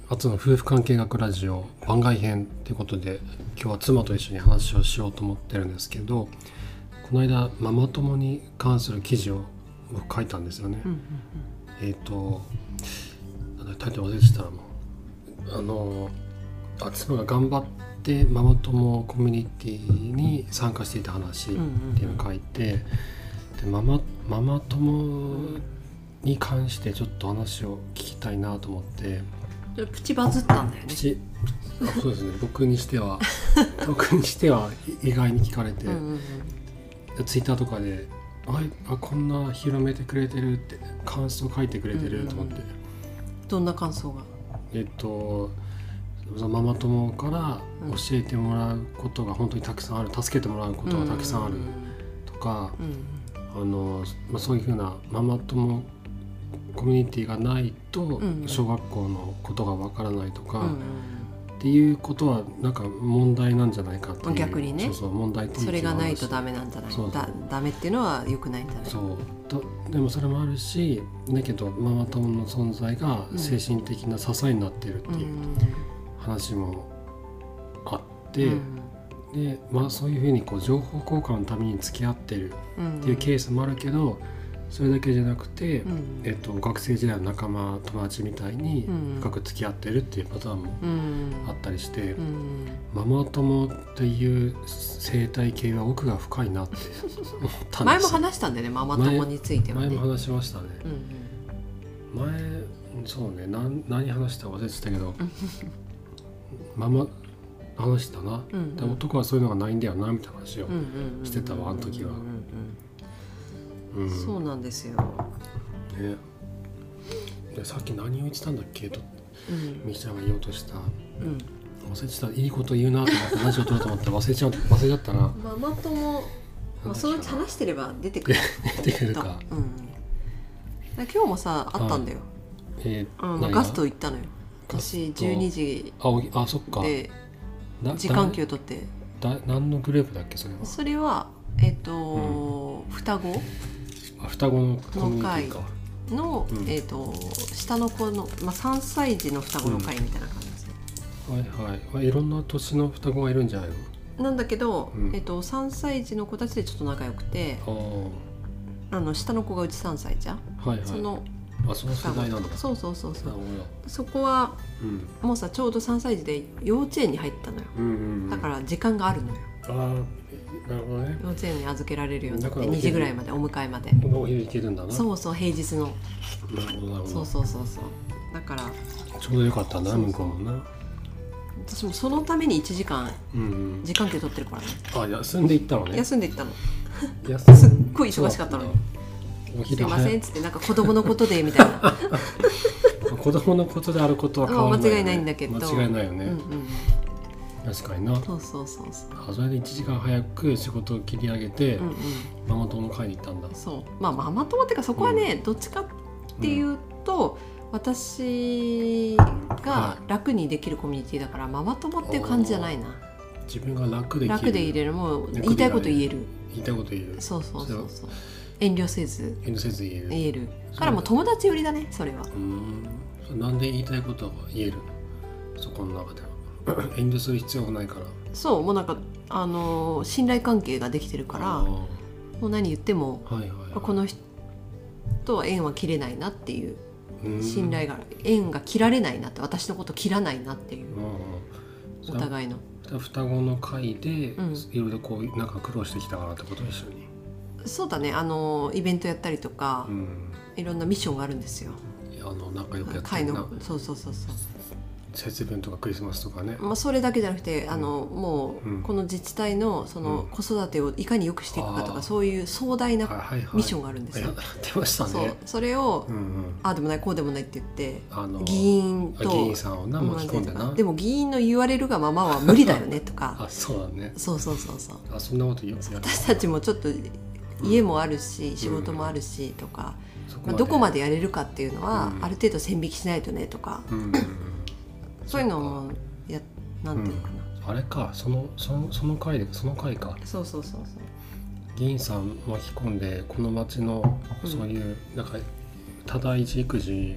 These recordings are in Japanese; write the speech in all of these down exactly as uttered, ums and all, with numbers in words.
あつの夫婦関係学ラジオ番外編ということで、今日は妻と一緒に話をしようと思ってるんですけど、この間ママ友に関する記事を僕書いたんですよね、うんうんうん、えっ、ー、とタイトル忘れてたらもうあのあ妻が頑張ってママ友コミュニティに参加していた話っていうのを書いて、うんうんうん、でママ、ママ友に関してちょっと話を聞きたいなと思って、 プチバズったんだよね。 プチあそうですね僕にしては僕にしては意外に聞かれて、うんうんうん、ツイッターとかで あ, あこんな広めてくれてるって感想書いてくれてると思って、うんうんうん、どんな感想がえっとママ友から教えてもらうことが本当にたくさんある、助けてもらうことがたくさんあるとか、うんうん、あのまあ、そういうふうなママ友コミュニティがないと小学校のことがわからないとか、うんうん、っていうことはなんか問題なんじゃないかっていう、 逆にね、 そうそう問題提起それがないとダメなんじゃない、そうそうだダメっていうのは良くないんじゃない、 そうとでもそれもあるし、だけどママ友の存在が精神的な支えになっているっていう話もあって、うんうん、でまあ、そういうふうにこう情報交換のために付き合ってるっていうケースもあるけど、それだけじゃなくて、うんえっと、学生時代の仲間友達みたいに深く付き合ってるっていうパターンもあったりして、うんうん、ママ友っていう生態系は奥が深いなって思ったんです。 前も話したんでね、ママ友についてはね。 前も話しましたね、うんうん、前そうね 何, 何話したか忘れてたけどママ話したな、うんうん、で男はそういうのがないんだよなみたいな話をしてたわ、あの時は。 うん、そうなんですよ、 ね、でさっき何を言ってたんだっけと、うん、みきちゃんが言おうとした、うん、忘れてた。いいこと言うなと思ってラジオ撮ろうと思って忘れちゃう忘れちゃったな。 ママ友、まあ、そのうち話してれば出てくる出てくるか、 うん、今日もさあったんだよ、えー、うん、ガスト行ったのよ。私じゅうにじああそっかで時間給取ってだ何のグループだっけそれは。 それはえっ、ー、と、うん、双子あ双子のコミュニティかの、うん、えー、と下の子の、まあ、さんさい児の双子の会みたいな感じで、 うん、はいはい、いろんな年の双子がいるんじゃないのなんだけど、うん、えー、とさんさい児の子たちでちょっと仲良くて、ああの下の子がうちさんさいじゃん、はいはい、そのあその世代なんだ。 そうそうそうそう。そこは、うん、もうさちょうどさんさい児で幼稚園に入ったのよ、うんうんうん、だから時間があるのよ。 あなるほどね。 幼稚園に預けられるようになってにじぐらいまでお迎えまでお昼行けるんだな。 そうそう平日の。 なるほどなるほど。 そうそうそうそう。だからちょうどよかったんだ向こうもな。 私もそのためにいちじかん時間給取ってるからね、 うんうん、あ休んで行ったのね。 休んで行ったの休んすっごい忙しかったのに、すいませんっつってなんか子供のことでみたいな子供のことであることは変わらない、ね、 間違いないんだけど間違いないよね、うんうん、確かにな。 そうそうそうそう。 あそれでいちじかん早く仕事を切り上げて、うんうん、ママ友の会に行ったんだ。 そうまあママ友っていうかそこはね、うん、どっちかっていうと、うん、私が楽にできるコミュニティだから、ママ友っていう感じじゃないな。 自分が楽できる楽で入れる、もう言いたいこと言える言いたいこと言える。 そうそうそうそう、遠慮せず遠慮せず言える言えるからもう友達寄りだね。それは。 うん、なんで言いたいことが言えるのそこの中では遠慮する必要がないから。そうもうなんかあのー、信頼関係ができてるから、もう何言っても、はいはいはい、この人とは縁は切れないなっていう信頼が、縁が切られないなって、私のこと切らないなっていう、お互いの双子の会でいろいろこうなんか苦労してきたからってこと一緒に。 そうだね、あのイベントやったりとか、うん、いろんなミッションがあるんですよ。 あの仲良くやってるな。 そうそうそうそう。 節分とかクリスマスとかね。 まあそれだけじゃなくて、あの、うん、もうこの自治体のその子育てをいかに良くしていくかとか、うん、そういう壮大なミッションがあるんですよ。 はいはい、やってましたね。 そう、それを、うんうん、ああでもないこうでもないって言って、あの議員と議員さんをな巻き込んでな。 でも議員の言われるがままは無理だよねとか。 あそうだね。 そうそうそうそう。 あそんなこと言う。 私たちもちょっと家もあるし、うん、仕事もあるしとか、うんまあ、どこまでやれるかっていうのは、うん、ある程度線引きしないとねとか、うん、そういうのもやなんていうのかな、 うん、あれかそのそのその回でその回か。 そうそうそうそう。 議員さん巻き込んでこの町のそういう、うん、なんか多大児育児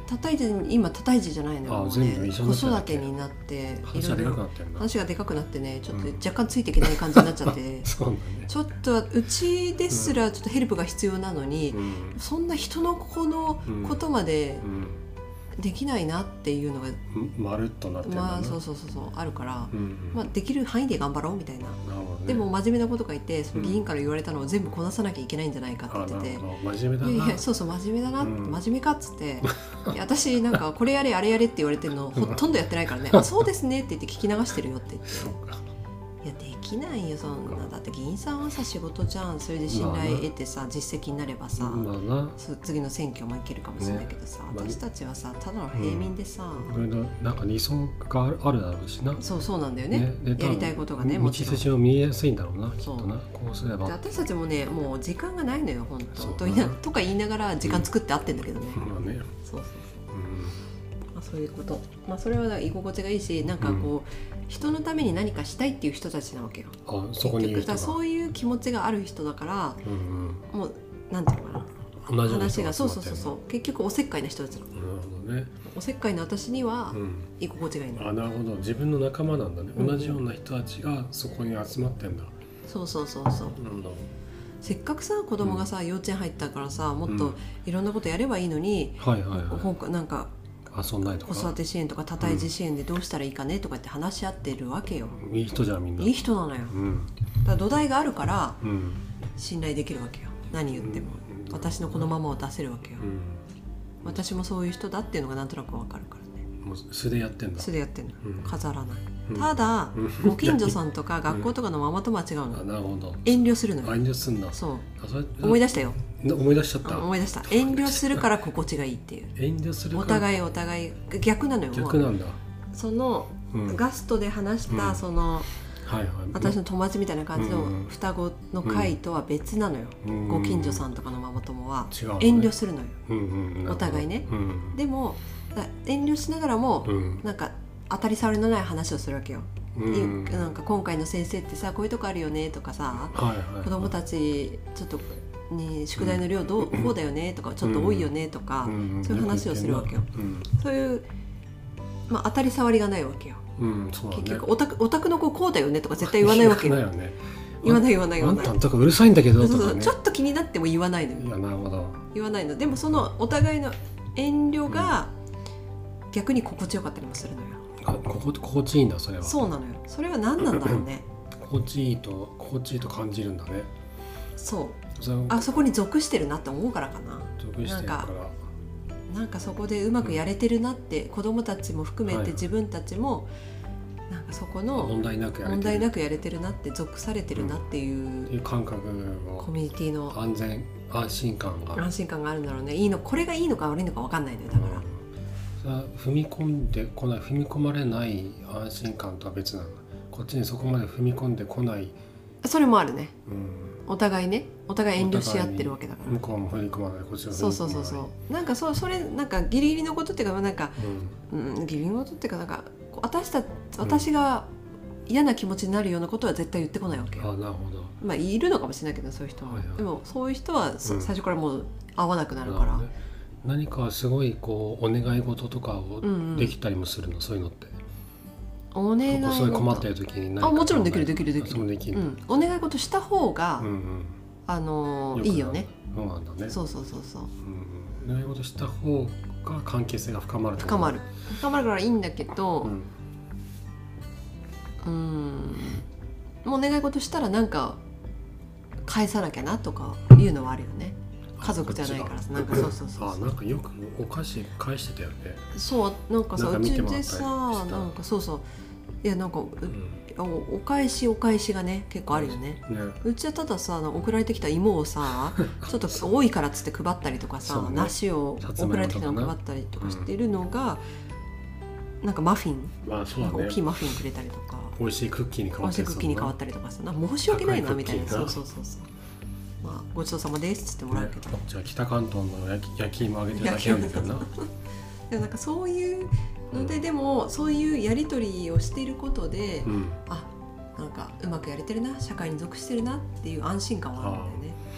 叩いて今叩いてじゃないのよ。 あ、全部一緒になっちゃう子育てになって話がでかくなってるな。 話がでかくなってね、ちょっと若干ついていけない感じになっちゃって、うん、 そうだね、 ちょっとうちですらちょっとヘルプが必要なのに、うん、そんな人の子のことまでできないなっていうのが、 うん、まるっとなってるんだな。 まあそうそうそうそうあるから、 うんうん、 まあ、できる範囲で頑張ろうみたいな。 なるほどね、 でも真面目なことがいて、その議員から言われたのを全部こなさなきゃいけないんじゃないかって言ってて、 うん、真面目だな。 いやいやそうそう真面目だなって、うん、真面目かっつっていや私なんかこれやれあれやれって言われてるのほとんどやってないからねあそうですねって言って聞き流してるよって言っていやできないよそんな。だって議員さんはさ仕事じゃん。それで信頼得てさ、まあ、実績になればさ、まあ、次の選挙もいけるかもしれないけどさ、ね、私たちはさただの平民でさ、 うん、なんか理想があるだろうしな。 そうそうなんだよ ね, ねやりたいことがね道筋も見えやすいんだろうなきっとな。こうすればで私たちもねもう時間がないのよ本当 と, とか言いながら時間作って合ってんだけどね、うんね、そうそうそう、うんまあ、そういうこと、まあ、それは居心地がいいし、なんかこう、うん、人のために何かしたいっていう人たちなわけよ。 あそこにいる人が結局そういう気持ちがある人だから、うんうん、もうなんていうのかな、 同じ話がそうそうそうそう結局おせっかいな人たちなの。 なるほどね。 おせっかいな私には居心地がいいの、 うん、あなるほど自分の仲間なんだね、うん、同じような人たちがそこに集まってんだ。 そうそうそうそう、うん、せっかくさ子供がさ、うん、幼稚園入ったからさもっといろんなことやればいいのに、うん、はいはいはい、なんか遊んだりとか子育て支援とか多胎児支援でどうしたらいいかねとかって話し合ってるわけよ、 うん、いい人じゃんみんな。 いい人なのよ、うん、だから土台があるから信頼できるわけよ。何言っても、うん、私のこのままを出せるわけよ、うん、私もそういう人だっていうのがなんとなくわかるからね。 もう素でやってんだ。 素でやってんの、うん、飾らない、うん、ただ、うん、ご近所さんとか学校とかのママ友は違うの、うん、 あなるほど遠慮するのよ。 遠慮すんだ。 そうあそれ思い出したよ。 思い出しちゃった。 思い出した。遠慮するから心地がいいっていう。 遠慮するからお互いお互い逆なのよ。 逆なんだ。 その、うん、ガストで話した、うん、その、はいはい、私の友達みたいな感じの双子の会とは別なのよ、うん、ご近所さんとかのママ友は遠慮するのよ、うんうん、お互いね、うん、でも遠慮しながらも、うん、なんか当たり障りのない話をするわけよ、うん、なんか今回の先生ってさこういうとこあるよねとかさ、はいはいはい、子供たちちょっとに宿題の量どう、うん、こうだよねとかちょっと多いよねとか、うん、そういう話をするわけよ、うん、そういう、まあ、当たり障りがないわけよ、うんそうだね、結局オタク、オタクの子こうだよねとか絶対言わないわけよ、言わない言わない言わない言わない。 あんたんとかうるさいんだけどとか、ね、そうそうちょっと気になっても言わないのよ。 いやなるほど言わないの。でもそのお互いの遠慮が逆に心地よかったりもするのよ、 うん、あここ心地いいんだそれは。 そうなのよ。それは何なんだろうね心地いいと心地いいと感じるんだね。 そうそあそこに属してるなって思うからかな。 属してるからなんかそこでうまくやれてるなって、うん、子供たちも含めて自分たちもなんかそこの問題なくやれてる、 問題なくやれてるなって属されてるなっていう、うん、 っていう感覚をコミュニティの安全安心感が安心感があるんだろうね。いいのこれがいいのか悪いのか分かんないのよだから、 うん、踏み込んでこない踏み込まれない安心感とは別なんだ。こっちにそこまで踏み込んでこない。 それもあるね、うん、お互いねお互い遠慮し合ってるわけだから向こうも踏み込まないこっちも踏み込まない。 そうそうそうそうなんか そ, それなんかギリギリのことっていうかなんか、うんうん、ギリギリのことっていうかなんか私た私が嫌な気持ちになるようなことは絶対言ってこないわけよ。 あなるほど。 まあいるのかもしれないけどそういう人は、はいはい、でもそういう人は、うん、最初からもう会わなくなるから、ね、 何かすごいこうお願い事とかをできたりもするの、うんうん、そういうのってお願い事そういう困っている時に何かあもちろんできるできるできるできる、 うん、お願い事した方が、うんうん、あのー、いいよね。 そうなんだね。 そうそうそうそう、 うん、お願い事した方が関係性が深まる深まる深まるからいいんだけど、うんうーんもうお願い事したらなんか返さなきゃなとかいうのはあるよね。家族じゃないからさなんかそうそうそうあなんかよくお菓子返してたよね。 そうなんかさうちでさなんかそうそういやなんか、うん、お, お返しお返しがね結構あるよね、ねうちはたださ送られてきた芋をさちょっと多いからっつって配ったりとかさ、ね、梨を送られてきたの配ったりとかしてるのが、うん、なんかマフィン、まあそうだね、大きいマフィンくれたりとか美味しいクッキーに変わったりクッキーに変わったりとかさなんか申し訳ないなみたいなそうそうそうそうまあごちそうさまですって言ってもらうけど、ね、 じゃあ北関東の焼き、焼き芋あげてるだけなんだけどなでもなんかそういうので、うん、でもそういうやり取りをしていることで、うん、あなんかうまくやれてるな社会に属してるなっていう安心感はあるんだよね。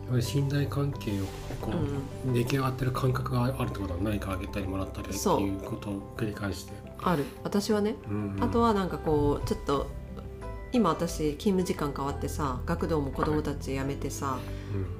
ぱり信頼関係をこう、うん、出来上がってる感覚があるってことは何かあげたりもらったりっていうことを繰り返してある。私はね、うんうん、あとはなんかこうちょっと今私勤務時間変わってさ、学童も子供たち辞めてさ、はい、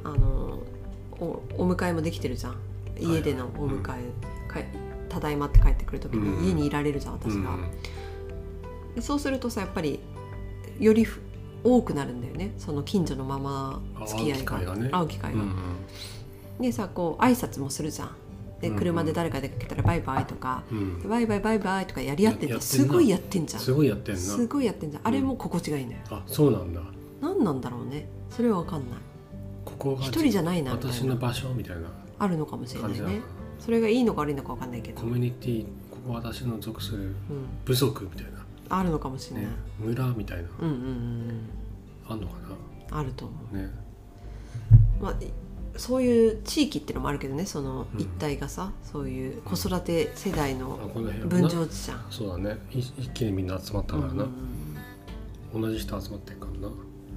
あの お, お迎えもできてるじゃん。家でのお迎え、はい、ただいまって帰ってくる時に家にいられるじゃん、私が、うん、でそうするとさ、やっぱりより多くなるんだよね、その近所のママ付き合いが、会う機会がね、会う機会が、うんうん、でさ、こう挨拶もするじゃん。で車で誰か出かけたらバイバイとか、うん、バイバイバイバイとかやり合ってて、すごいやってんじゃん。 すごいやってんな。 すごいやってんじゃん。あれも心地がいいんだよ。 あ、そうなんだ。 何なんだろうね。それは分かんない。 ここが一人じゃないなみたいな。 私の場所みたいな。 あるのかもしれないね。それがいいのか悪いのか分かんないけど。 コミュニティ、ここ私の属する部族みたいな。うん、あるのかもしれない。ね、 村みたいな。 うんうんうん。あるのかな。あると思う。 ね。 まあ。そういう地域っていうのもあるけどね、その一帯がさ、うん、そういう子育て世代の分譲地じゃん。 そうだね、一気にみんな集まったからな、うん、同じ人集まってるからな。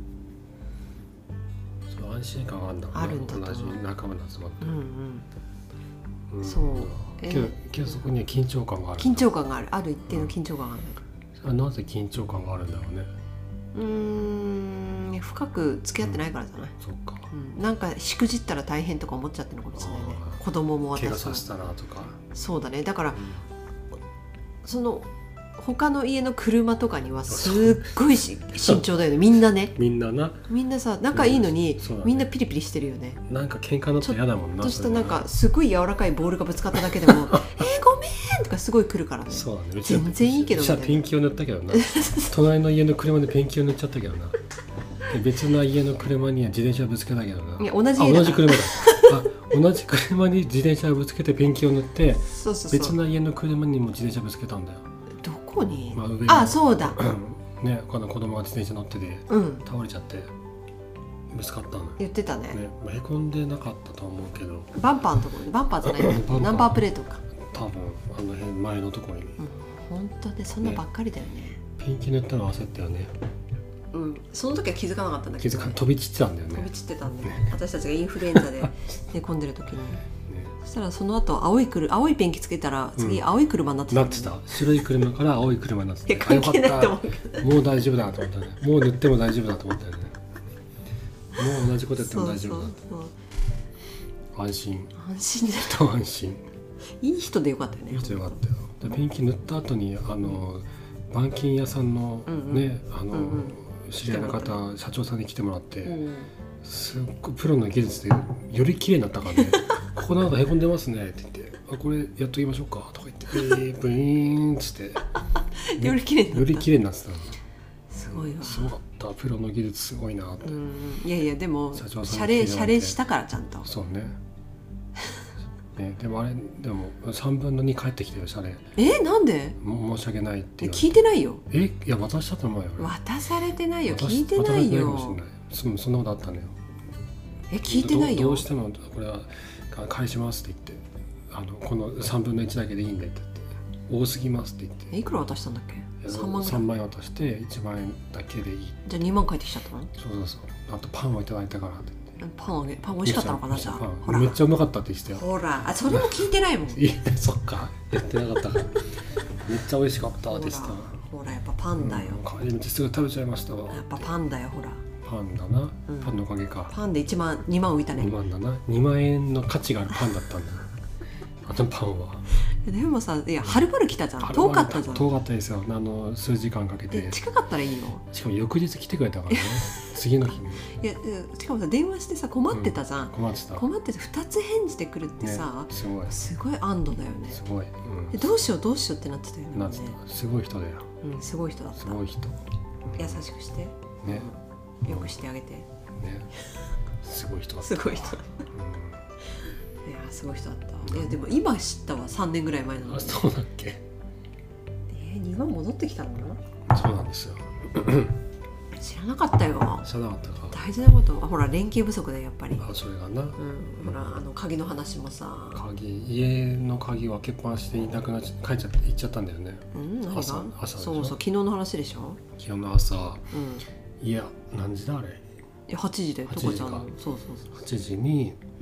そう安心感があるんだろうな、 あるんだと思う。 同じ仲間で集まって、 うんうん、そうけど、けどそこには緊張感がある。 緊張感がある、ある一定の緊張感がある、 うん、なぜ緊張感があるんだろうね。 うーん、深く付き合ってないからじゃない、 うん、そっか、 うん、なんかしくじったら大変とか思っちゃってるのかもしれないね。子供も私も怪我させたらとか。 そうだね。だから、うん、その他の家の車とかにはすっごいし慎重だよね、みんなね。 みんなな、 みんなさ、仲いいのに、うんね、みんなピリピリしてるよね。 なんか喧嘩になったら嫌だもんな。 ちょっとしたなんかすごい柔らかいボールがぶつかっただけでもえー、ごめんとかすごい来るからね。 そうだね、 全然いいけどね。 うちはペンキを塗ったけどな隣の家の車でペンキを塗っちゃったけどな。で別の家の車には自転車ぶつけたけどな。 いや同じ家だ。同じ車だあ同じ車に自転車をぶつけてペンキを塗って、 そうそうそう、 別の家の車にも自転車ぶつけたんだよ。 どこに、 まあ、上あ、そうだね、この子供が自転車乗ってて、 うん、 倒れちゃってぶつかったの。 言ってたね。 ね、まあ、へこんでなかったと思うけど、 バンパーのところに、バンパーじゃないナンバープレートか、 多分あの辺前のところに、うん、 本当でそんなばっかりだよね。ね、 ペンキ塗ったの焦ったよね。 うん、その時は気づかなかったんだけど、ね、 気づか飛び散ってたんだよね。 飛び散ってたんだよ、ね、私たちがインフルエンザで寝込んでる時に、ね、そしたらその後青いくる青いペンキつけたら次青い車になってた、ね、 うん、なってた。白い車から青い車になってた。 いや関係ないと思うけど、 もう大丈夫だと思ったね。もう塗っても大丈夫だと思ったよね。もう同じことやっても大丈夫だと。そうそうそう、安心安心じゃん。安心。 いい人でよかったよね。 いい人でよかったよ。でペンキ塗った後にあの板金屋さんのね、うんうん、あの、うんうん、知り合いの方、社長さんに来てもらって、うん、すっごいプロの技術でより綺麗になったからねここなんかへこんでますねって言って、あこれやっときましょうかとか言って、えー、ブイーンっつってより綺麗になった。 より綺麗になってた。 すごいわ。 すごかった。プロの技術すごいなって。うん、 いやいやでも謝礼謝礼したからちゃんと。 そうねね、でもあれでもさんぶんのに返ってきてる謝礼。 えなんで？ も申し訳ないって聞いてないよ。 えいや渡したと思うよ。 渡されてないよ。聞いてないよ。 そ, そんなことあったのよ。 え聞いてないよ。 ど, どうしてもこれは返しますって言って、あのこのさんぶんのいちだけでいいんでって言って、多すぎますって言って。 えいくら渡したんだっけ？さんまんぐらい。 さんまん円渡していちまん円だけでいい。 じゃあにまん返ってきちゃったの？ そうそうそう。あとパンをいただいたからって。 パンあげパン美味しかったのかな。じゃあほらめっちゃうまかったって言ってたよ。 ほらあそれも聞いてないもんいやそっかやってなかったからめっちゃ美味しかったって言ってた。 ほらやっぱパンだよ、 うん、帰り道すぐ食べちゃいましたわ。 やっぱパンだよ。ほらパンだな、うん、パンのおかげか。 パンでいちまんにまん浮いたね。 にまんだな。にまん円の価値があるパンだったんだあのパンは。 でもさ、いやはるばる来たじゃん。遠かったじゃん。 遠かったですよ。あの数時間かけて。 近かったらいいよ。 しかも翌日来てくれたからね次の日に。 いやしかもさ電話してさ困ってたじゃん、うん、 困ってた。 困っててふたつ返事でくるってさ、 ね、すごいすごい安堵だよね。 すごい、うん、 でどうしようどうしようってなってたよね。 なってた。すごい人だよ。 うん、すごい人だった。 すごい人。 優しくしてね、 うん、よくしてあげてね。 すごい人だった。 すごい人、うん、いやすごい人だった、うん、いやでも今知ったわ。さんねんぐらい前なのに。 あそうだっけ。 えー、にまん戻ってきたの？ そうなんですよ知らなかったよ。 知らなかったか。 大事なこと。あほら連携不足でやっぱり。 あそれがな、うん、 ほらあの鍵の話もさ。 鍵家の鍵を開けっぱなしでいなくなっちゃ帰っちゃって行っちゃったんだよね。 うん、何が？ 朝朝そうそう昨日の話でしょ。 昨日の朝、 うん、 いや何時だあれいやはちじでとこちゃんのそうそうそうはちじに、 うん、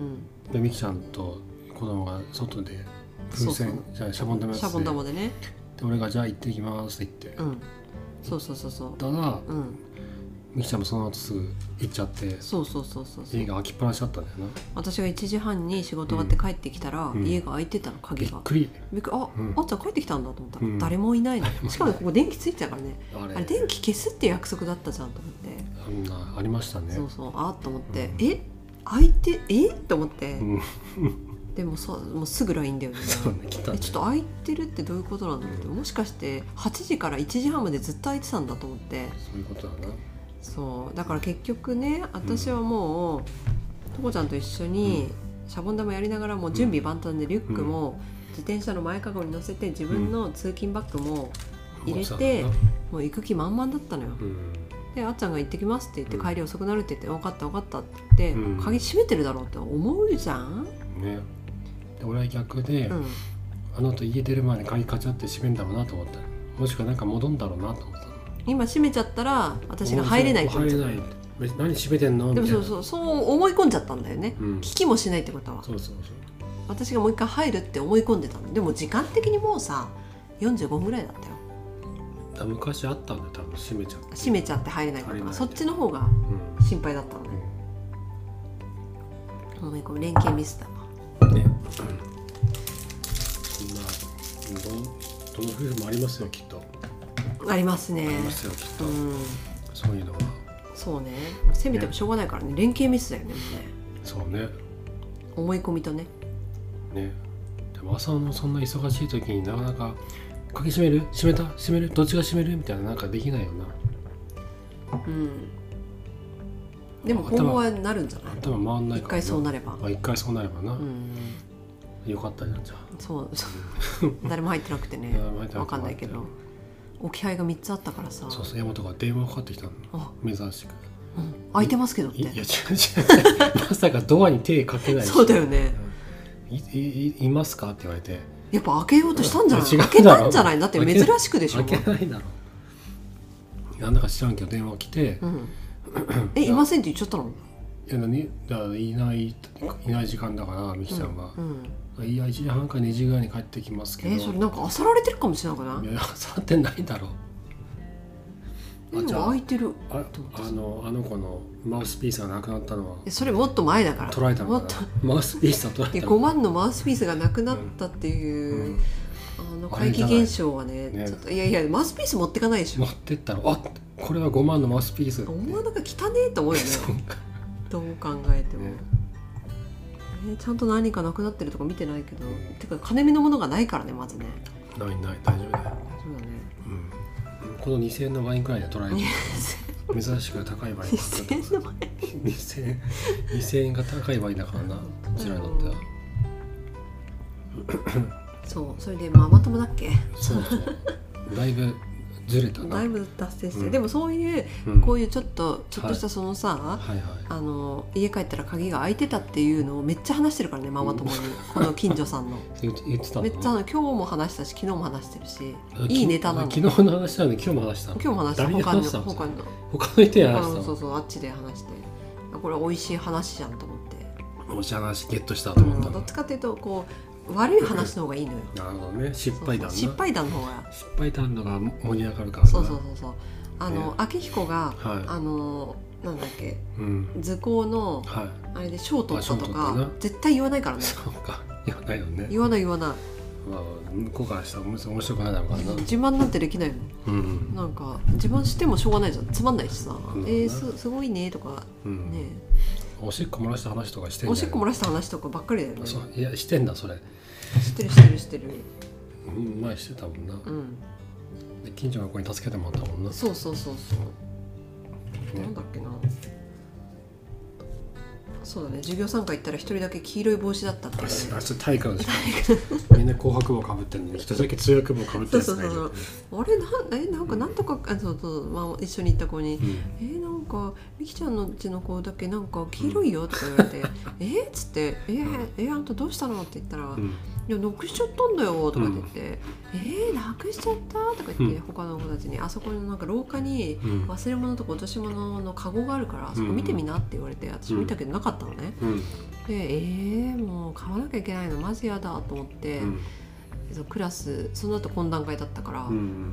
でみきちゃんと子供が外で風船そうそうじゃあシャボン玉やってシャボン玉でね、 で俺がじゃあ行ってきますって言って、 うん、そうそうそうそうただ、 うん、 みきちゃんもその後すぐ行っちゃって、 そうそうそうそうそう家が開きっぱなしだったんだよな。 私がいちじはんに仕事終わって帰ってきたら、 うん、 家が開いてたの、鍵がびっくりびっくりあ、うん、あっちゃん帰ってきたんだと思ったら、 うん、 誰もいないのしかもここ電気ついてたからねあれあれ電気消すって約束だったじゃんと思って、 あんなありましたね。 そうそうあっと思って、 うん、 え開いてえと思って、 うんでもさもうすぐ ライン だよねそうね、来たね。 えちょっと空いてるってどういうことなんだろうって、もしかしてはちじからいちじはんまでずっと空いてたんだと思って、 そういうことだな。 そうだから結局ね私はもう、うん、とこちゃんと一緒にシャボン玉やりながらもう準備万端でリュックも自転車の前かごに乗せて自分の通勤バッグも入れて、うん、もう行く気満々だったのよ、うん、であっちゃんが行ってきますって言って、うん、帰り遅くなるって言って分かった分かったって言って、うん、鍵閉めてるだろうって思うじゃんね。で俺は逆で、うん、あの後家出る前に鍵カチャって閉めんだろうなと思った。もしくはなんか戻んだろうなと思った。 今閉めちゃったら私が入れないって入れない。何閉めてんのみたいな。 でもそうそうそう思い込んじゃったんだよね、うん、聞きもしないってことは。 そうそうそう。 私がもう一回入るって思い込んでたの。でも時間的にもうさよんじゅうごふんぐらいだったよ。 だ昔あったんだよ多分閉めちゃって閉めちゃって入れないことがそっちの方が心配だったのね、うん、思い込み連携ミスだわね、うん、 そんなどの夫婦もありますよきっと。 ありますね。 ありますよきっと、うん、そういうのは。 そうねせめてもしょうがないからね、連携ミスだよねもうね。 そうね思い込みとね。 ねでも朝のそんな忙しい時になかなか鍵閉める閉めた閉めるどっちが閉めるみたいななんかできないよな。 うんでも今後はなるんじゃない。 頭回んないからな。一回そうなればあ一回そうなればな、うん、よかったじゃんじゃあ。 そう誰も入ってなくてね分かんないけど置き配がみっつあったからさ。 そうそう山本が電話かかってきたの珍しく、 うん、開いてますけどって。いや違う違うまさかドアに手かけないし。 そうだよね、 い, い, いますかって言われてやっぱ開けようとしたんじゃない。開けたんじゃない。だって珍しくでしょ。 開けないだろう。なんだか知らんけど電話来て、うん、 えいませんって言っちゃったの。 いや何だからいないいない時間だからみきちゃんが、うんうん、いやいちじはんかにじぐらいに帰ってきますけど。 えそれなんか漁られてるかもしれないかな。 いや漁ってないだろう。 でも開いてる。 あ, あのあの子のマウスピースがなくなったのはそれもっと前だから。 捉えたのかな。マウスピースは捉えたのかな。 ごまんのマウスピースがなくなったっていう、うんうん、あの怪奇現象は ね, ねちょっといやいやマウスピース持ってかないでしょ。 持ってったらあこれはごまんのマウスピース。 お前なんか汚ねえと思うよねどう考えても、ねえちゃんと何かなくなってるとか見てないけど、うん、てか金目のものがないからねまずね。 ないない大丈夫だよ。そうだね、うん、このにせんえんのワインくらいで捉える珍しく高いワインにせんえんのワインにせんえんが高いワインだからなこちらにとってはそうそれでママ友だっけ。 そうそうだいぶずれたな。 だいぶ達成して、うん、でもそういう、うん、こういうちょっとちょっとしたそのさ、はいはいはい、あの家帰ったら鍵が開いてたっていうのをめっちゃ話してるからねママ友に、うん、この近所さんの言ってたのめっちゃ今日も話したし昨日も話してるしいいネタなの。 昨日の話なのに今日も話したの。 今日も話した。 誰に話したの。 他の他の人に話したの。 そうそうあっちで話してこれ美味しい話じゃんと思って。 美味しい話ゲットしたと思ったの、うん、 どっちかっていうとこう悪い話の方がいいのよ。 なるほどね。失敗談な。 失敗談の方が失敗談のが盛り上がるからな。 そうそうそうそう。あの、ね、明彦が、はい、あのなんだっけ、うん、図工の、はい、あれで賞取ったとか絶対言わないからね。 そうか言わないよね。 言わない言わない。 まあ向こうからしたら面白くないだろうからな。 自慢なんてできないもん。うん、なんか自慢してもしょうがないじゃん。つまんないしさ。うん、えー、すすごいねとか、うん、ね。 おしっこ漏らした話とかしてんじゃん。 おしっこ漏らした話とかばっかりだよね。 そういやしてんだそれ。 知ってる知ってる知ってる。 うん、前してたもんな。うん。で近所の子に助けてもらったもんな。 そうそうそうそう。ね、なんだっけな。そうだね。授業参加行ったら一人だけ黄色い帽子だったって、ね。 あ、それ体育の時間。みんな紅白帽かぶってるのに一人だけ通訳帽かぶってるやつがいる。そうそうそう。あれなえなんかなんとか、うん、あそうそうまあ一緒に行った子に、うん、えー、なんかみきちゃんのうちの子だけなんか黄色いよとか言われて、うん、えっつってえー、えー、あんたどうしたのって言ったら、うん、 いやなくしちゃったんだよとかって言って、うん、えー、なくしちゃったとか言って、うん、他の子たちにあそこのなんか廊下に忘れ物とか落とし物のカゴがあるから、うん、そこ見てみなって言われて、私見たけどなかったのね、うん、でえー、もう買わなきゃいけないのマジやだと思って、うん、クラスその後懇談会だったから、うん、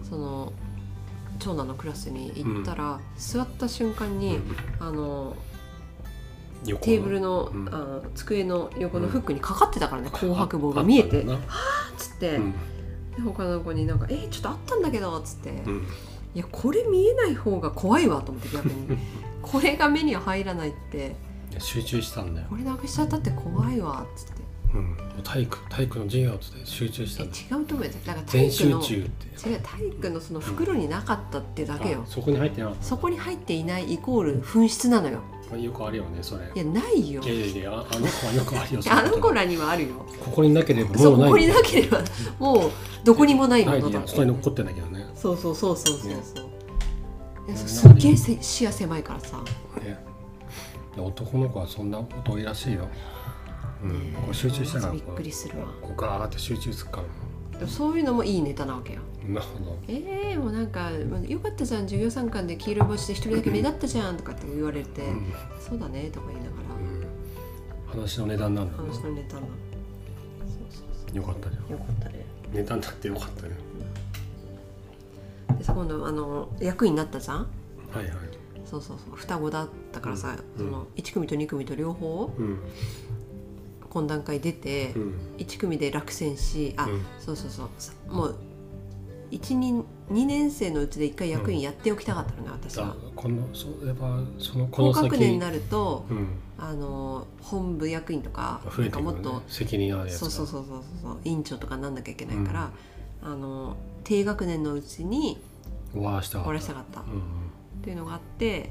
その長男のクラスに行ったら、うん、座った瞬間に、うん、あのテーブルの、うん、あの机の横のフックにかかってたからね、うん、紅白棒が見えて、はぁっつって、うん、で他の子になんかえー、ちょっとあったんだけどっつって、うん、いやこれ見えない方が怖いわと思って逆にこれが目には入らないって集中したんだよ、 これなくしちゃったって怖いわっつって、 うん、体育体育の授業って集中したんだ。 違うと思うよ。だから体育の全集中って違う、体育のその袋になかったってだけよ、 うん、そこに入ってなかった。 そこに入っていないイコール紛失なのよ。 よくあるよねそれ。 いやないよ。 いやいやいや、あの子はよくあるよあの子らにはあるよ。 ここになければもうない。 そう、ここになければもうどこにもないものだって。 そこに残ってんだけどね。 そうそうそうそうそうそう、ね、すっげえ視野狭いからさ、ね、 男の子はそんなこと多いらしいよ、うん、こう集中したからびっくりするわ。 こうガーって集中するから。 そういうのもいいネタなわけよ。 なるほど。 えー、もうなんかよかったじゃん、授業参観で黄色い帽子で一人だけ目立ったじゃんとかって言われて、うん、そうだねとか言いながら、うん、話の値段なんだよね。 話の値段なの。そうそうそう、よかったじゃん。 よかったね。 値段だってよかったね。 でさ、今度あの役員になったじゃん。 はいはい。 そうそうそう、双子だったからさ、 うん、 そのいち組とに組と両方、うん、懇談会出て、うん、いち組で落選し、あ、うん、そうそうそうもういち、にねん生のうちでいっかい役員やっておきたかったのね、うん、私は。 このそういえばそのこの先高学年になると、 うん、 あの本部役員とか、 増えてくるね、 なんかもっと責任あるやつ。 そうそうそうそうそう、委員長とかなんなきゃいけないから、うん、あの低学年のうちに終わらせたかった。 終わらせたかった。うんっていうのがあって、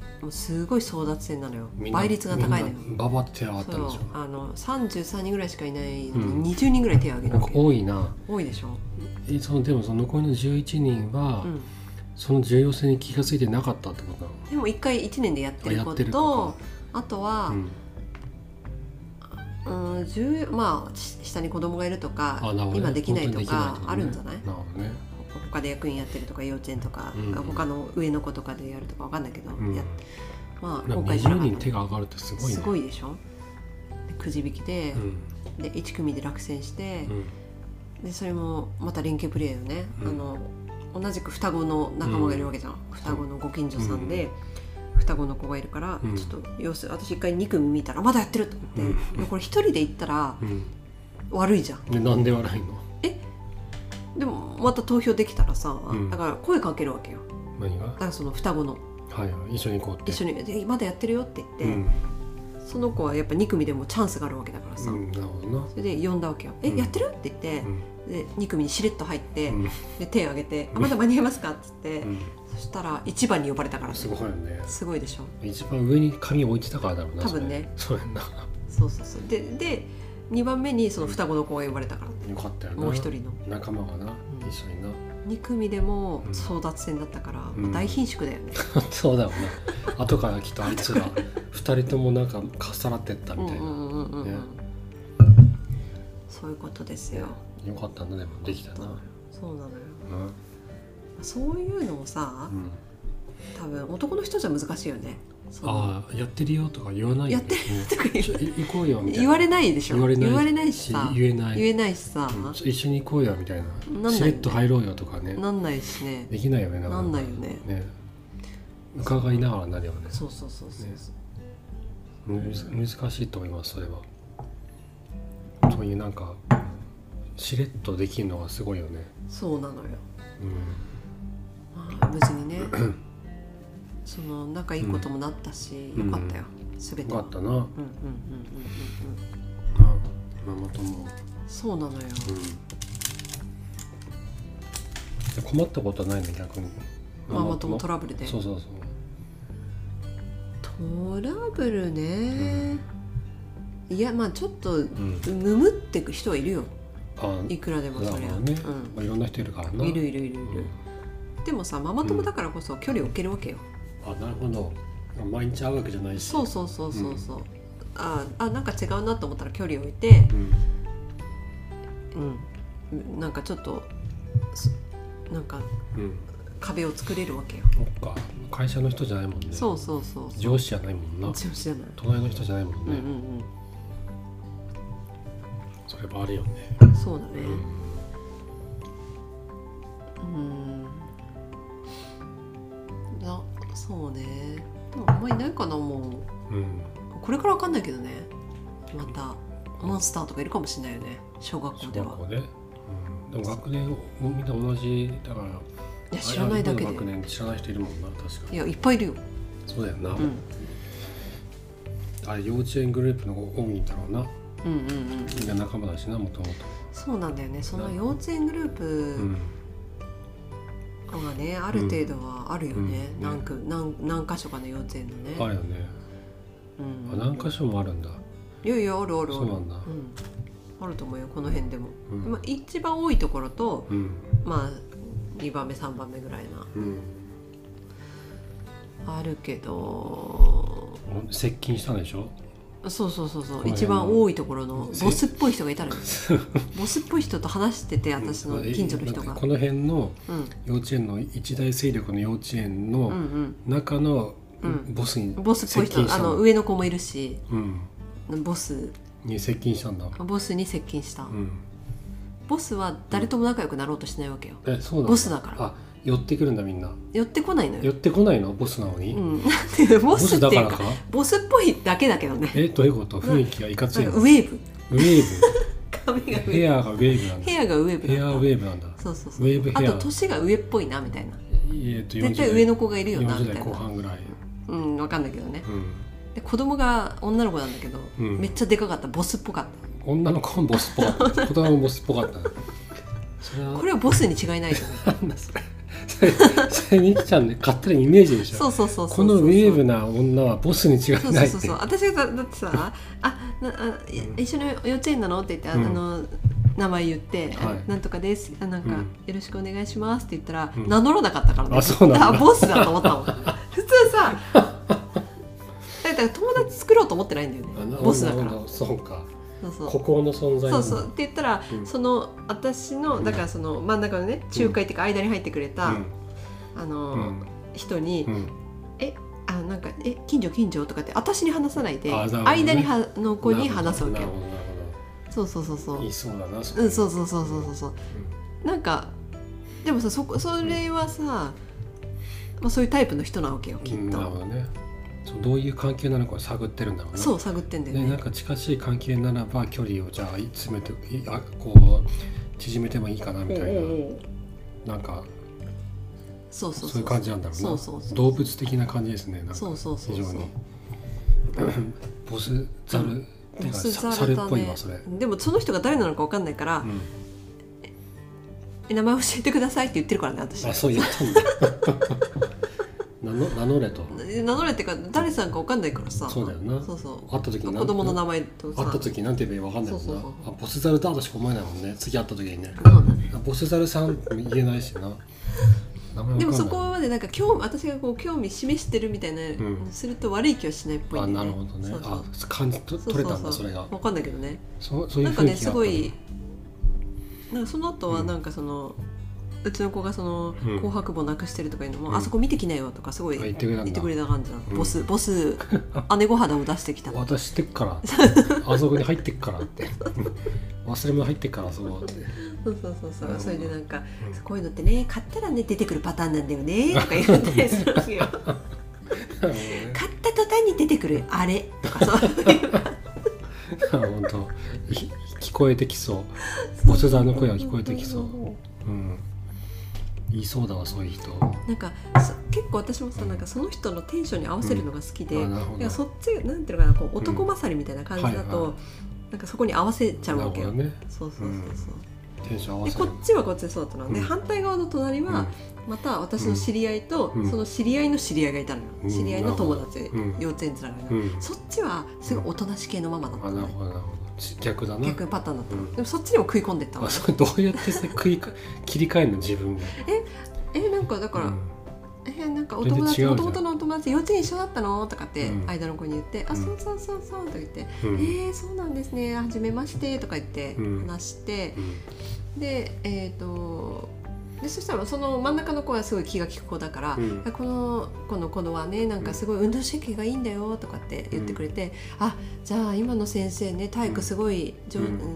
もうすごい争奪戦なのよ。倍率が高いのよ。 ババって手を挙がったんでしょ。 あのさんじゅうさんにんぐらいしかいないのに、うん、にじゅうにんぐらい手を挙げるわけ。 多いな。 多いでしょ。 えそのでもその残りのじゅういちにんは、うん、その重要性に気がついてなかったってことなの。 でもいっかいいちねんでやってることと、あとは、うんうん、じゅうまあ下に子供がいるとか、ね、今できないとかあるんじゃない？なるほどね。他で役員やってるとか幼稚園とか、うん、他の上の子とかでやるとかわかんないけど、うん、やまあ今回にじゅうにん手が上がるってすごいね。 すごいでしょ。でくじ引きで、うん、でいち組で落選して、うん、でそれもまた連携プレーよね、うん、あの同じく双子の仲間がいるわけじゃん、うん、双子のご近所さんで、うん、双子の子がいるから、うん、ちょっと様子私一回に組見たらまだやってると思って、うん、これ一人で行ったら、うん、悪いじゃん。 でなんで悪いの？ えでもまた投票できたらさ、うん、だから声かけるわけよ。 何が？ だからその双子の、 はいはい、一緒に行こうって。 一緒にでまだやってるよって言って、うん、その子はやっぱに組でもチャンスがあるわけだからさ、うん、なるほどな。それで呼んだわけよ。え、うん、やってるって言って、うん、でに組にしれっと入って、うん、で手を挙げて、うん、あまだ間に合いますかって言って、うん、そしたらいちばんに呼ばれたから、ね、 すごいよね。 すごいでしょ。 一番上に紙置いてたからだろうな。 多分ね。 そうやな。 そうそうそう。ででにばんめにその双子の子が呼ばれたから、 よかったよな。 もう一人の仲間がな、うん、一緒にな。 に組でも争奪戦だったから、うんまあ、大貧縮だよね。 そうだよな。後からきっとあいつらふたりともなんかかっさらってったみたいな。 そういうことですよ。 よかったんだね、できたな。 そうなのよ。うん、そういうのもさ、うん、多分男の人じゃ難しいよね。 ああやってるよとか言わない、 やってるとか言う行こうよみたいな言われないでしょ。 言われない、 言われないしさ、 言えない言えないしさ、 うん、一緒に行こうよみたいな、しれっと入ろうよとかね、 なんないしね、 できないよね。 なんないよね。 ね、伺いながらなるよね。 そうそうそうそう、 ね、難しいと思います。それはそういうなんかしれっとできるのがすごいよね。 そうなのよ、うん、まあ別にねその仲いいこともなったし、うん、よかったよ、すべては。 よかったな。うんうんうんうんうん。ママ友。 そうなのよ。 うん、困ったことはないね逆に。 ママ友トラブルで。 そうそうそう。 トラブルね。うん、いやまあちょっと、うん、むむってく人はいるよ。あいくらでもそれは。 ね。うんまあ、いろんな人いるからな。 いるいるいるいる。うん、でもさママ友だからこそ距離を置けるわけよ。 あ、なるほど。毎日会うわけじゃないし。 そうそうそうそうそう、うん、ああなんか違うなと思ったら距離を置いて、 うん、なんかちょっとなんか、うん、壁を作れるわけよ。 そっか、会社の人じゃないもんね。 そうそうそうそう、 上司じゃないもんな。 上司じゃない、 隣の人じゃないもんね。うんうんうん、それはあるよね。 そうだね。うん、うんな、そうね。あんまりいないかなもう、うん、これから分かんないけどね。またモンスターとかいるかもしれないよね、小学校では。小学校ね、 うん、でも学年みんな同じだから。 いや知らないだけで。 学年知らない人いるもんな、確かに。 いやいっぱいいるよ。 そうだよな。うん、あれ幼稚園グループの多いんだろうな。うんうんうん。みんな仲間だしな、もともと。 そうなんだよね。その幼稚園グループがね、ある程度はあるよね。うん、何区、何何箇所かの幼稚園のね。 あるよね。うん。あ、何箇所もあるんだ。 いやいやあるあるある。 そうなんだ。うん。 あると思うよ、この辺でも。うん、まあ一番多いところと、うん、まあにばんめさんばんめぐらいな、うん、あるけど接近したんでしょ。 そうそうそうそう、一番多いところのボスっぽい人がいたらボスっぽい人と話してて、私の近所の人が、 この辺の幼稚園の一大勢力の幼稚園の中のボスに接近したの、うんうん、ボスっぽい人、あの上の子もいるし、うん、ボスに接近したんだ。 ボスに接近した、うん、ボスは誰とも仲良くなろうとしないわけよ。 え、そうなの？ ボスだから。 あ、寄ってくるんだみんな。 寄ってこないのよ。 寄ってこないの？ボスなのに。うん、 ボスっていうかボスっぽいだけだけどね。 え、どういうこと？雰囲気がいかついの？ ウェーブ。 ウェーブ。髪がウェーブ。 ヘアがウェーブなんだ。 ヘアがウェーブ。 ヘアウェーブなんだ。 そうそうそう。 ウェーブヘア。 あと年が上っぽいなみたいな。 えっと絶対上の子がいるよなみたいな。 よんじゅう代後半ぐらい。 うん、わかんないけどね。うん、で子供が女の子なんだけど、うん、めっちゃでかかった、ボスっぽかった。 女の子もボスっぽかった。子供もボスっぽかった。 それはこれはボスに違いないじゃん。なんだそれ。 それ、それにきちゃんね、勝手なイメージでしょ。 そうそうそうそう。 このウェーブな女はボスに違いないって。 そうそうそうそう。私がだってさ、あ、なあ一緒に幼稚園なのって言って、うん、あの名前言って、はい、なんとかです、あなんか、うん、よろしくお願いしますって言ったら、うん、名乗らなかったからね。 あ、そうなんだ。 あ、ボスだと思ったもん。普通さ、だから友達作ろうと思ってないんだよね。ボスだから。 そうか。 そうそう、 孤高の存在。 そうそうって言ったら、うん、その私のだからその真ん中のね、仲介っていうか間に入ってくれた、うん、あの、うん、人に、うん、えあなんかえ近所近所とかって私に話さないで、ね、間にはの子に話すわけよ。そうそうそうそう。 言いそうだな。そうん、そうそうそうそうそうそう。うん、なんかでもさ、そこそれはさ、まあそういうタイプの人なわけよきっと。 なるほどね。どういう関係なのか探ってるんだろうな。 そう探ってんだよね。 なんか近しい関係ならば距離をじゃあ詰めてあこう縮めてもいいかなみたいな、うんうん、なんかそうそうそう、 そういう感じなんだろうな。 そうそうそう、 動物的な感じですね。なんかそうそうそうそう、 非常にボスザル、うん、っていうか猿っぽいわそれ。 でもその人が誰なのか分かんないから、うん、え名前教えてくださいって言ってるからね私。 あ、そう言ったんだ。名の名乗れと名乗れってか誰さんか分かんないからさ。 そうだよな。 そうそう、 会った時に子供の名前とさ会った時なんて言えばいいか分かんないもんな。そうそうそう、あボスザルだとしか思えないもんね。次会った時にね、 そうだね、 ボスザルさんって言えないしな。 でもそこまでなんか興味、私がこう興味示してるみたいな、うん、すると悪い気はしないっぽいんだよね。 あ、なるほどね。そうそう、あ感じと取れたんだ。それが分かんないけどね。 そそういうなんかねすごいなんかその後はなんかその、うん、うちの子がその紅白棒なくしてるとかいうのも、うん、あそこ見てきなよとかすごい言ってくれた感じなの、うん、ボスボス姉御肌を出してきたの。 私知ってっからあそこに入ってっからって忘れ物入ってっからそこって。 そうそうそうそう、それでなんか、うん、こういうのってね買ったらね出てくるパターンなんだよねとか言ってするわけよ。買った途端に出てくるあれとかそういう本当聞こえてきそう。ボスザーの声が聞こえてきそう。うん、言いそうだわそういう人。 なんか結構私もさ、なんかその人のテンションに合わせるのが好きで、うん、いやそっちなんていうのかな、こう男勝りみたいな感じだと、うんはいはい、なんかそこに合わせちゃうわけよ。ね、そうそうそうそう。 うん、テンション合わせる。 でこっちはこっちでそうだったの、うん、で反対側の隣は、また私の知り合いと、うん、その知り合いの知り合いがいたのよ、うん、知り合いの友達、うん、幼稚園つながりの、うん、そっちはすごいおとなし系のママだったの、ね、 あ、なるほどなるほど、逆だな、 逆パターンだったの、うん、でもそっちにも食い込んでったの。 あ、それどうやって食い切り替えるの自分が。 ええなんかだから、うん、 えなんかお友達もともとのお友達幼稚園一緒だったのとかって間の子に言って、うん、あそうそうそうそうとか言って、うん、えー、そうなんですねはじめましてとか言って話して、うん、でえっ、ー、とでそしたらその真ん中の子はすごい気が利く子だから、うん、この子の子はねなんかすごい運動神経がいいんだよとかって言ってくれて、うん、あじゃあ今の先生ね体育すごい、うん、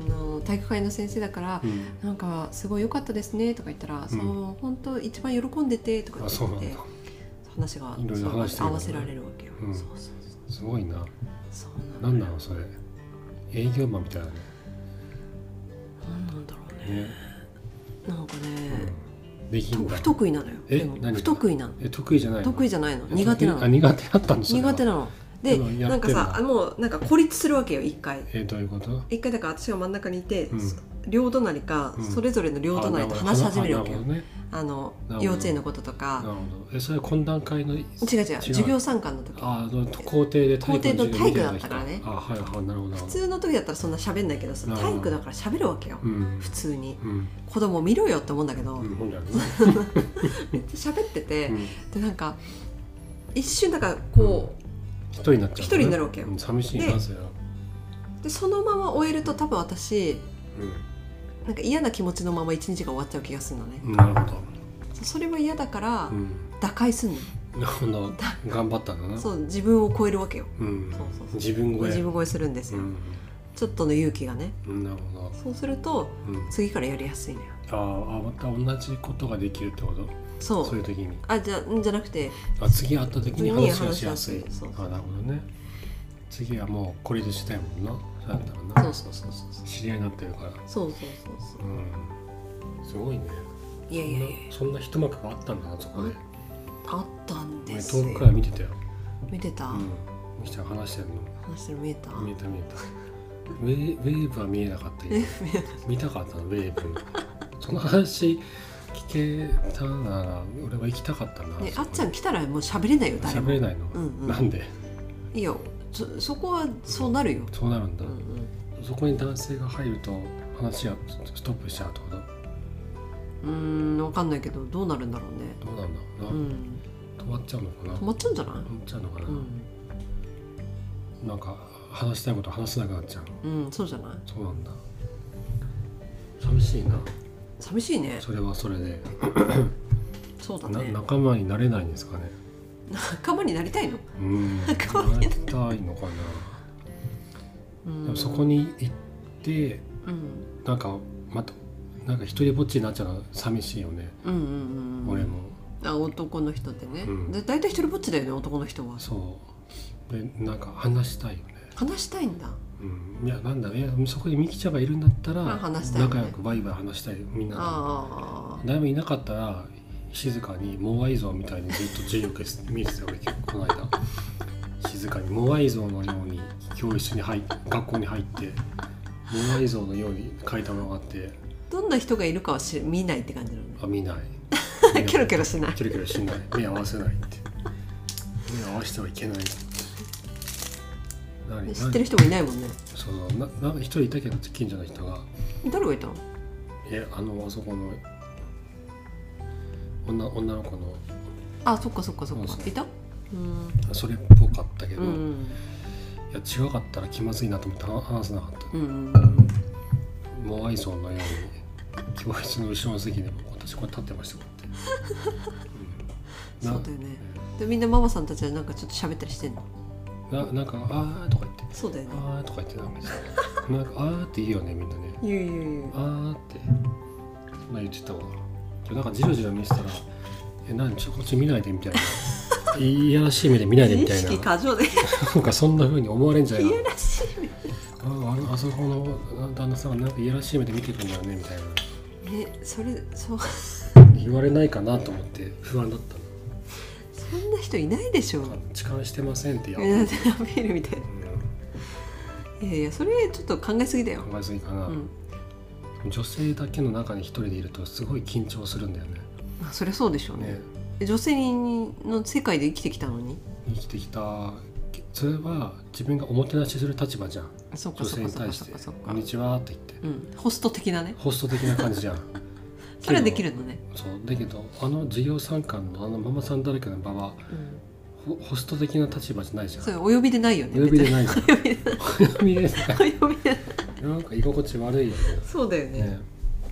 の体育会の先生だから、うん、なんかすごい良かったですねとか言ったら、うん、そう本当一番喜んでてとかって言って話がいろいろ話してる、ね、 合わせられるわけよ、うん、そうそうそうすごいな。 そうなんだろうそれ営業マンみたいなね。 なんなんだろうね、ねなんかね、うんできんだ。 不得意なのよ。 えでも不得意なの。 え得意じゃないの？ 得意じゃないの。苦手なの。 あ苦手だったんですよ。 苦手なの。でなんかさもうなんか孤立するわけよ一回。 えどういうこと？ 一回だから私が真ん中にいて、うん、両隣か、うん、それぞれの両隣と話し始めるわけよ。ね、あの幼稚園のこととか。 なるほど。えそれは懇談会の違う違う授業参観の時。 ああ校庭で校庭の体育だったからね。 あはいはいなるほど。 普通の時だったらそんな喋んないけど、体育だから喋るわけよ。うん、普通に、うん、子供見ろよって思うんだけど、うん、めっちゃ喋ってて、うん、でなんか一瞬だからこう。 一人になっちゃう、ね、 一人になるわけよ、 うん、寂しいなぜよ。 でそのまま終えると多分私、うん、なんか嫌な気持ちのまま一日が終わっちゃう気がするのね。 なるほど。 それは嫌だから、うん、打開すんの。 なるほど。頑張ったんだな。 そう自分を超えるわけよ、うん、そうそうそう自分超え自分超えするんですよ、うん、ちょっとの勇気がね、 うん、なるほど。 そうすると、うん、次からやりやすいのよ。 ああまた同じことができるってこと？ そうそういう時にあじゃじゃなくてあ次会った時に話がしやすい。 そうそうあなるほどね。次はもう孤立したいもんな。そうだったらな。そうそうそうそう知り合いになってるから。 そうそうそうそう、 うん、すごいね。 いやいやいやそんな一幕があったんだなそこで。 あったんですよ。 遠くから見てたよ。 見てた。うん。 見てた話してるの。 話してる見えた。 見えた見えた。ウェ, ウェーブは見えなかったよ。見たかったのウェーブ。その話聞けたなら俺は行きたかったな。 ね、あっちゃん来たらもう喋れないよ誰も。 喋れないの、うんうん、なんで？ いいよ そ, そこはそうなるよ。 そうなるんだ、うんうん、そこに男性が入ると話がストップしちゃうってこと？ うーん分かんないけどどうなるんだろうね。 どうなんだろうな、うん、止まっちゃうのかな。 止まっちゃうんじゃない？ 止まっちゃうのかな、うん、なんか話したいこと話せなくなっちゃう。 うんそうじゃない？ そうなんだ。寂しいな。 寂しいね。 それはそれでそうだね。 仲間になれないんですかね。 仲間になりたいの？ うん仲間になりたいのかな。うん、でもそこに行って、うん、なんかまたなんか一人ぼっちになっちゃうのは寂しいよね、うんうんうん、俺も。 あ男の人ってね、うん、だいたい一人ぼっちだよね男の人は。 そうでなんか話したいよね。 話したいんだ。 うん、いやなんだいやそこでミキちゃんがいるんだったら、 まあ話したいね、 仲良くバイバイ話したいよみんな。あ誰もいなかったら静かにモアイ像みたいにずっと授業見てたわけこの間静かにモアイ像のように教室に入って学校に入ってモアイ像のように階段が上がってどんな人がいるかは知見ないって感じなの。 あ見ないキョロキョロしないキョロキョロしない目合わせないって目合わせてはいけない。 知ってる人もいないもんね。 そうなな一人いたけど近所の人が。 誰がいたの？ えあのあそこの 女, 女の子の。 あそっかそっかそっかいた？うんそれっぽかったけど、うん、いや違かったら気まずいなと思って話せなかった、うん、モアイ像のように教室の後ろの席でも私これ立ってましたこうやって、 うん、そうだよね、えー、でみんなママさんたちはなんかちょっと喋ったりしてんの？ な, なんかあーとか言ってそうだよねあーとか言ってなんかなんかあーって言うよねみんなね言う言う言うあーってまあ言ってたわ。なんかジロジロ見せたらえ何ちょこっち見ないでみたいないやらしい目で見ないでみたいな意識過剰でなんかそんな風に思われんじゃないか。 いやらしい目ああのあそこの旦那さんがなんかいやらしい目で見てるんだよねみたいなえそれそう言われないかなと思って不安だったの。 そんな人いないでしょ。 痴漢してませんってやアピールみたいな、うん、いやいやそれちょっと考えすぎだよ。 考えすぎかな、うん、女性だけの中に一人でいるとすごい緊張するんだよね。 あそりゃそうでしょうね。ね女性の世界で生きてきたのに生きてきたそれは自分がおもてなしする立場じゃん。 そうか女性に対してこんにちはって言って、 うん、ホスト的なねホスト的な感じじゃんそれはできるのね。 そうだけどあの授業参観のあのママさんだらけの場は、うん、ホ, ホスト的な立場じゃないじゃん。 それお呼びでないよね。 お呼びでないじゃん。お呼びでない。 お呼びでない。 なんか居心地悪いよね。 そうだよね。ね、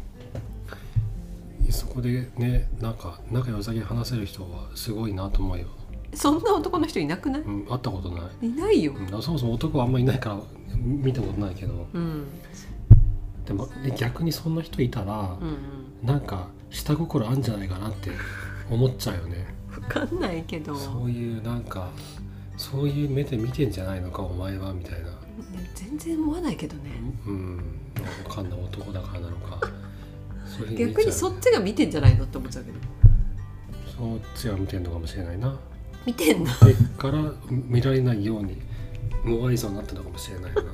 そこでね、なんか仲良さげ話せる人はすごいなと思うよ。 そんな男の人いなくない？ うん、会ったことない。 いないよ。 うん、そもそも男はあんまりいないから見たことないけど。うん、でも逆にそんな人いたら、うんうん、なんか下心あんじゃないかなって思っちゃうよね。 分かんないけど。 そういうなんかそういう目で見てんじゃないのかお前はみたいな。 全然思わないけどね。 うん、分かんない男だからなのか。 そういう逆にそっちが見てんじゃないのって思っちゃうけど。 そっちが見てんのかもしれないな。 見てんの？ でから見られないように無愛想になってるのかもしれないな。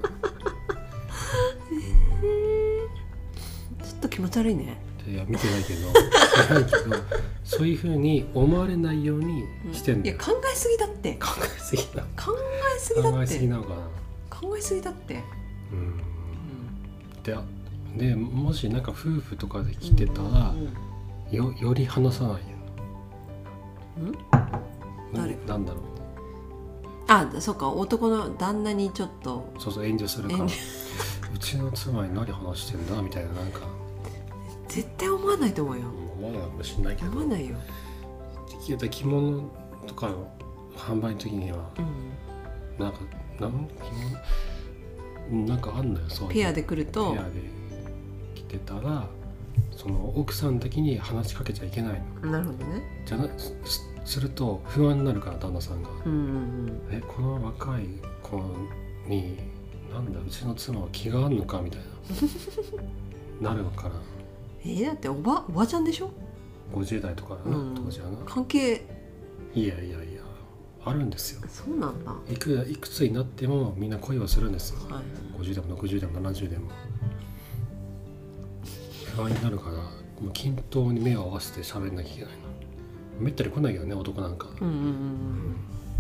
ちょっと気持ち悪いね。 いや見てないけど、見てないけどそういう風に思われないようにしてんの、うん、 いや考えすぎだって。 考えすぎだ。 考えすぎだって。 考えすぎなのかな。 考えすぎだって。うん。 で、でもしなんか夫婦とかで来てたら、うんうんうん、よより話さないよ。 ん？誰？ なんだろう。 あ、そうか、男の旦那にちょっとそうそう遠慮するからうちの妻に何話してんだみたいな、なんか絶対思わないと思うよ。 思わないかもしれないけど、 思わないよ。 着物とかの販売の時には、うん、なんかなん着物なんかあんのよ。そうペアで来るとペアで着てたらその奥さんだけに話しかけちゃいけないの。なるほどね。 じゃな す, すると不安になるから旦那さんが、うんうんうん、えこの若い子になんだうちの妻は気があんのかみたいななるから。 えー、だっておばおばちゃんでしょ。 ごじゅう代とかな、うん、当時はな。 関係いやいやいやあるんですよ。 そうなんだ。 いくいくつになってもみんな恋をするんですよ、はい、ごじゅうでもろくじゅうでもななじゅうでも不安になるからもう均等に目を合わせて喋んなきゃいけないな。めったに来ないけどね男なんか、うんうんうんうん、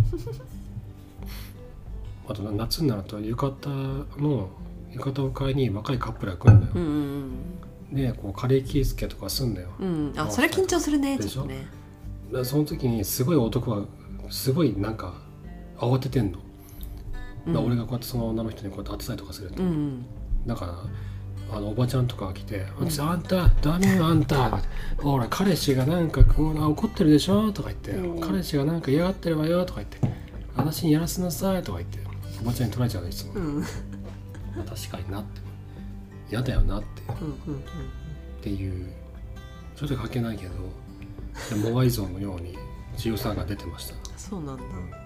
あと夏になると浴衣の浴衣を買いに若いカップルが来るんだよ、うんうんうん、でこうカレーキーつけとかすんだよ、 うん、あそれ緊張するね。ちょっとね。 だその時にすごい男はすごいなんか慌ててんの、うん、だ俺がこうやってその女の人にこうやって当てたりとかすると、うんうん、だからあのおばちゃんとかが来て「うん、あんたダメよあんたほら彼氏がなんかこう怒ってるでしょ」とか言って、うん、彼氏がなんか嫌がってるわよ」とか言って「私にやらせなさい」とか言っておばちゃんに取られちゃうのいつも、うん、まあ確かになって嫌だよなって、うんうんうん、っていうちょっと書けないけどモアイ像のように強さが出てました。 そうなんだ、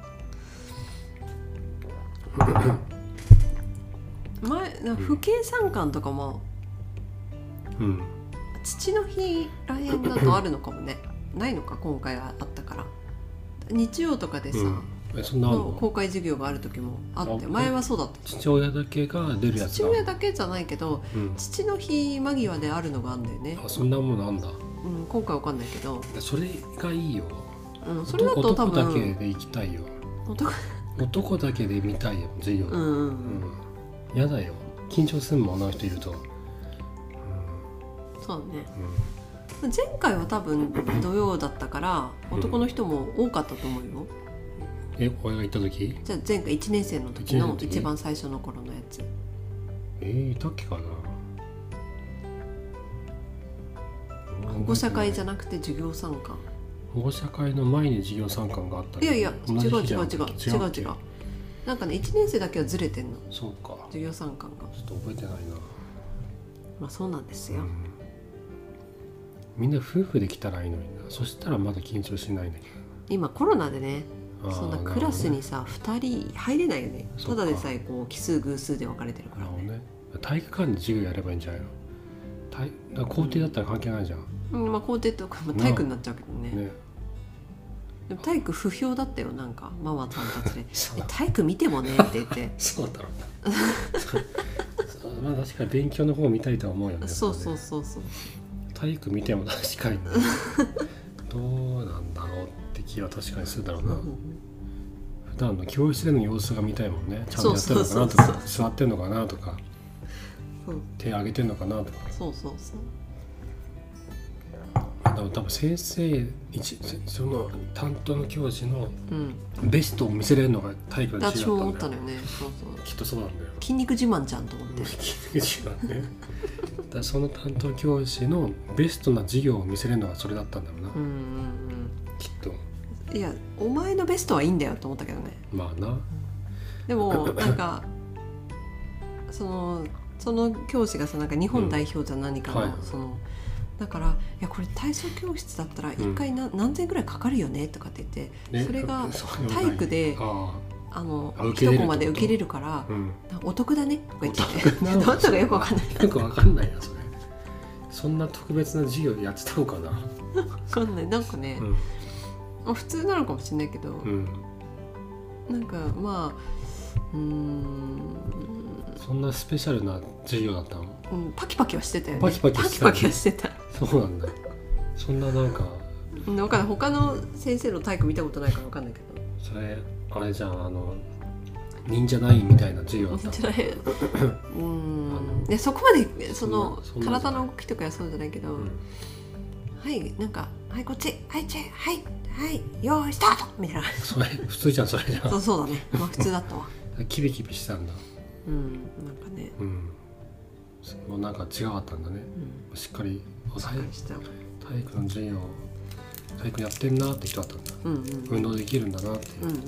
うん、前な父兄参観とかも、うん、父の日らへんだとあるのかもねないのか今回はあったから日曜とかでさ、うん、えそんなの公開授業がある時もあって前はそうだった。 父親だけが出るやつ父親だけじゃないけど、うん、父の日間際であるのがあるんだよね。 あそんなものあんだ、 うん、今回わかんないけどそれがいいよ、 うん、それだと多分男だけで行きたいよ。 男, 男だけで見たいよ授業、うんうんうん、やだよ緊張するもん女の人いると、うん、 そうね、うん、前回は多分土曜だったから男の人も多かったと思うよ、 うん、え俺が行った時じゃあ前回いちねん生の時の一番最初の頃のやつえー、いたっけかな。 保護者会じゃなくて授業参観。 保護者会の前に授業参観があったり。 いやいや違う違う違う違う違うなんかねいちねん生だけはずれてんの。 そうか授業参観がちょっと覚えてないな。まあそうなんですよ、うん、 みんな夫婦で来たらいいのにな。そしたらまだ緊張しないんだけど今コロナでねそんなクラスにさ、ね、ふたり入れないよね。ただでさえこう奇数偶数で分かれてるから ね, ね体育館で授業やればいいんじゃないの。校庭だったら関係ないじゃん、 うんまあ、校庭とか、まあ、体育になっちゃうけど ね, ねでも体育不評だったよ。なんかママさんたちで体育見てもねって言ってそうだろうなまあ確かに勉強の方を見たいとは思うよね。 そうそうそうそう体育見ても確かに、ね、どうなんだろうって気は確かにするだろうな普段の教室での様子が見たいもんね。ちゃんとやってるのかなとか座ってんのかなとか手挙げてんのかなとか。 そうそうそう多分先生一その担当の教師のベストを見せれるのが体育の授業だったんだよ。 私も思ったのよね。そうそう。 きっとそうなんだよ。 筋肉自慢じゃんと思って。 筋肉自慢ね。だからその担当教師のベストな授業を見せれるのがそれだったんだろうな。うんうんうん。きっと。 いや、お前のベストはいいんだよと思ったけどね。 まあな。 でもなんかそのその教師がさなんか日本代表じゃ何かの、うんはい、そのだからいやこれ体操教室だったら一回な、うん、何千ぐらいかかるよねとかって言って、ね、それが体育であの一コマで受けれるから、うん、お得だねとか言ってどんなのかよくわかんないよくわかんないなそれ。そんな特別な授業やってたのかな。 わかんないなんかね、うん、普通なのかもしれないけど、うん、なんかまあうーんそんなスペシャルな授業だったの？ うん、パキパキはしてたよね。 パキパキしてた、 パキパキはしてた。 そうなんだ。そんななんか。 なんか他の先生の体育見たことないから分かんないけど。 それあれじゃんあの忍者ナインみたいな授業だった。忍者ナイン。うん。でそこまでその体の動きとかはそうじゃないけど、うん、はいなんかはいこっちはいチェはいはい用意スタートみたいな。 それ普通じゃんそれじゃん。 そうそうだね。まあ普通だったわ。 キビキビしたんだ。 うん、なんかね、うん、 もうなんか違かったんだね、うん、しっかり体育の授業体育やってんなって人だったんだ、うんうん、運動できるんだなっていう、うんうんうん、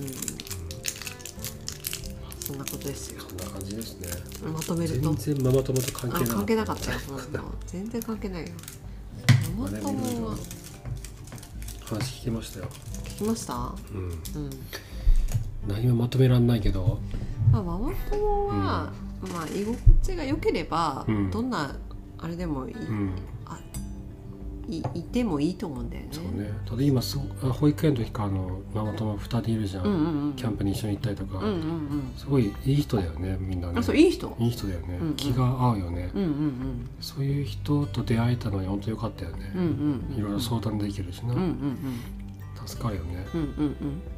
そんなことですよ。 そんな感じですね。 まとめると全然ママ友と関係なかった。 関係なかったよ全然関係ないよ。ママ友は話聞きましたよ。 聞きました、うんうん、 何もまとめらんないけどまあ、ママ友は、うんまあ、居心地が良ければ、うん、どんなあれでもいい、うん、あ い, いてもいいと思うんだよね。 そうね。ただ今すご保育園の時からのママ友ふたりいるじゃん、うんうんうん、キャンプに一緒に行ったりとか、うんうんうん、すごいいい人だよねみんなね。 あそういい人いい人だよね、うんうん、気が合うよね、うんうんうん、そういう人と出会えたのに本当良かったよね、うんうんうん、いろいろ相談できるしな、うんうんうん、助かるよね、うんうんうん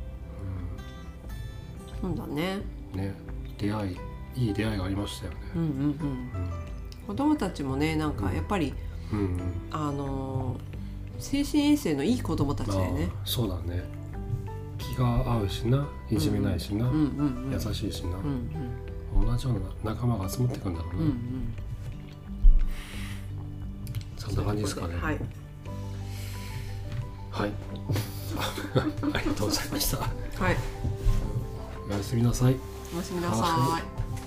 うん、そうだねね、出会いいい出会いがありましたよね、うんうんうんうん、 子供たちもねなんかやっぱり、うんうんうん、あの精神衛生のいい子供たちだよね。 そうだね。気が合うしないじめないしな、うんうんうん、優しいしな、うんうん、同じような仲間が集まってくるんだろうな、うんうん、そんな感じですかね。はいはいありがとうございました。はい、おやすみなさい。 おやすみなさい。